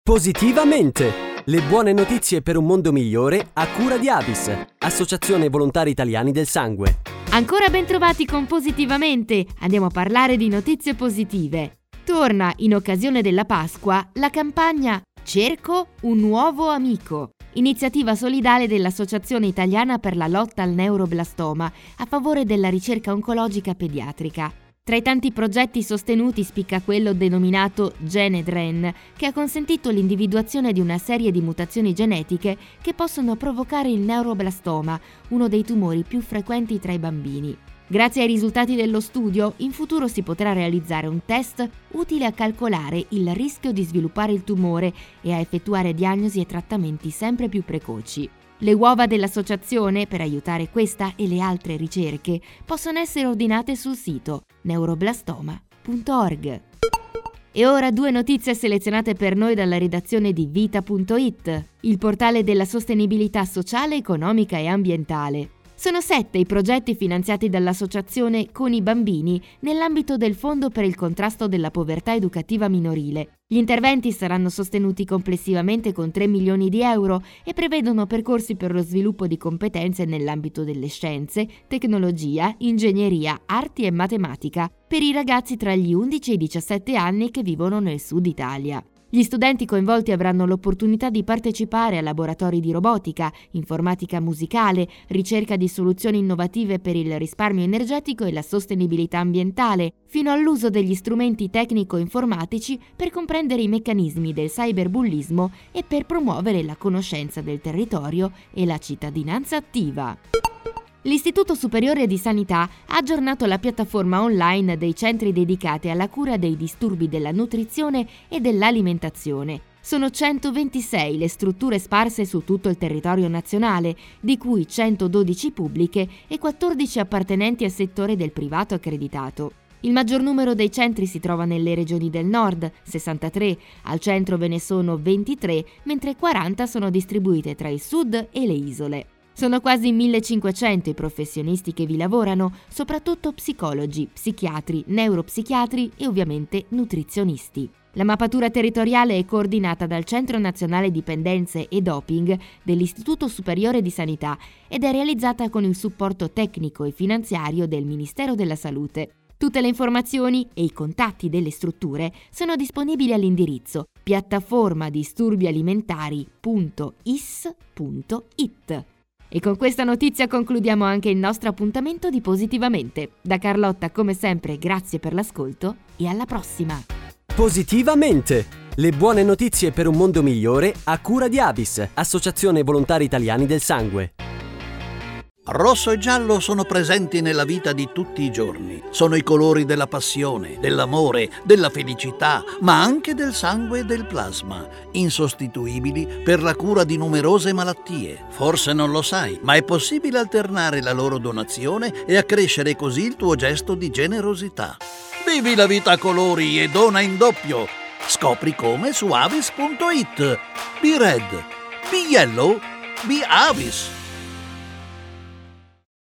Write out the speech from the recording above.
Positivamente! Le buone notizie per un mondo migliore a cura di Avis, Associazione Volontari Italiani del Sangue. Ancora ben trovati con Positivamente! Andiamo a parlare di notizie positive. Torna, in occasione della Pasqua, la campagna Cerco un nuovo amico, iniziativa solidale dell'Associazione Italiana per la lotta al neuroblastoma a favore della ricerca oncologica pediatrica. Tra i tanti progetti sostenuti spicca quello denominato GeneDren, che ha consentito l'individuazione di una serie di mutazioni genetiche che possono provocare il neuroblastoma, uno dei tumori più frequenti tra i bambini. Grazie ai risultati dello studio, in futuro si potrà realizzare un test utile a calcolare il rischio di sviluppare il tumore e a effettuare diagnosi e trattamenti sempre più precoci. Le uova dell'associazione, per aiutare questa e le altre ricerche, possono essere ordinate sul sito neuroblastoma.org. E ora 2 notizie selezionate per noi dalla redazione di Vita.it, il portale della sostenibilità sociale, economica e ambientale. Sono 7 i progetti finanziati dall'associazione Con i Bambini nell'ambito del Fondo per il contrasto della povertà educativa minorile. Gli interventi saranno sostenuti complessivamente con 3 milioni di euro e prevedono percorsi per lo sviluppo di competenze nell'ambito delle scienze, tecnologia, ingegneria, arti e matematica per i ragazzi tra gli 11 e i 17 anni che vivono nel sud Italia. Gli studenti coinvolti avranno l'opportunità di partecipare a laboratori di robotica, informatica musicale, ricerca di soluzioni innovative per il risparmio energetico e la sostenibilità ambientale, fino all'uso degli strumenti tecnico-informatici per comprendere i meccanismi del cyberbullismo e per promuovere la conoscenza del territorio e la cittadinanza attiva. L'Istituto Superiore di Sanità ha aggiornato la piattaforma online dei centri dedicati alla cura dei disturbi della nutrizione e dell'alimentazione. Sono 126 le strutture sparse su tutto il territorio nazionale, di cui 112 pubbliche e 14 appartenenti al settore del privato accreditato. Il maggior numero dei centri si trova nelle regioni del nord, 63, al centro ve ne sono 23, mentre 40 sono distribuite tra il sud e le isole. Sono quasi 1500 i professionisti che vi lavorano, soprattutto psicologi, psichiatri, neuropsichiatri e ovviamente nutrizionisti. La mappatura territoriale è coordinata dal Centro Nazionale Dipendenze e Doping dell'Istituto Superiore di Sanità ed è realizzata con il supporto tecnico e finanziario del Ministero della Salute. Tutte le informazioni e i contatti delle strutture sono disponibili all'indirizzo piattaformadisturbialimentari.is.it. E con questa notizia concludiamo anche il nostro appuntamento di Positivamente. Da Carlotta, come sempre, grazie per l'ascolto e alla prossima! Positivamente! Le buone notizie per un mondo migliore a cura di Avis, Associazione Volontari Italiani del Sangue. Rosso e giallo sono presenti nella vita di tutti i giorni. Sono i colori della passione, dell'amore, della felicità, ma anche del sangue e del plasma, insostituibili per la cura di numerose malattie. Forse non lo sai, ma è possibile alternare la loro donazione e accrescere così il tuo gesto di generosità. Vivi la vita a colori e dona in doppio. Scopri come su avis.it. Be red, be yellow, be Avis.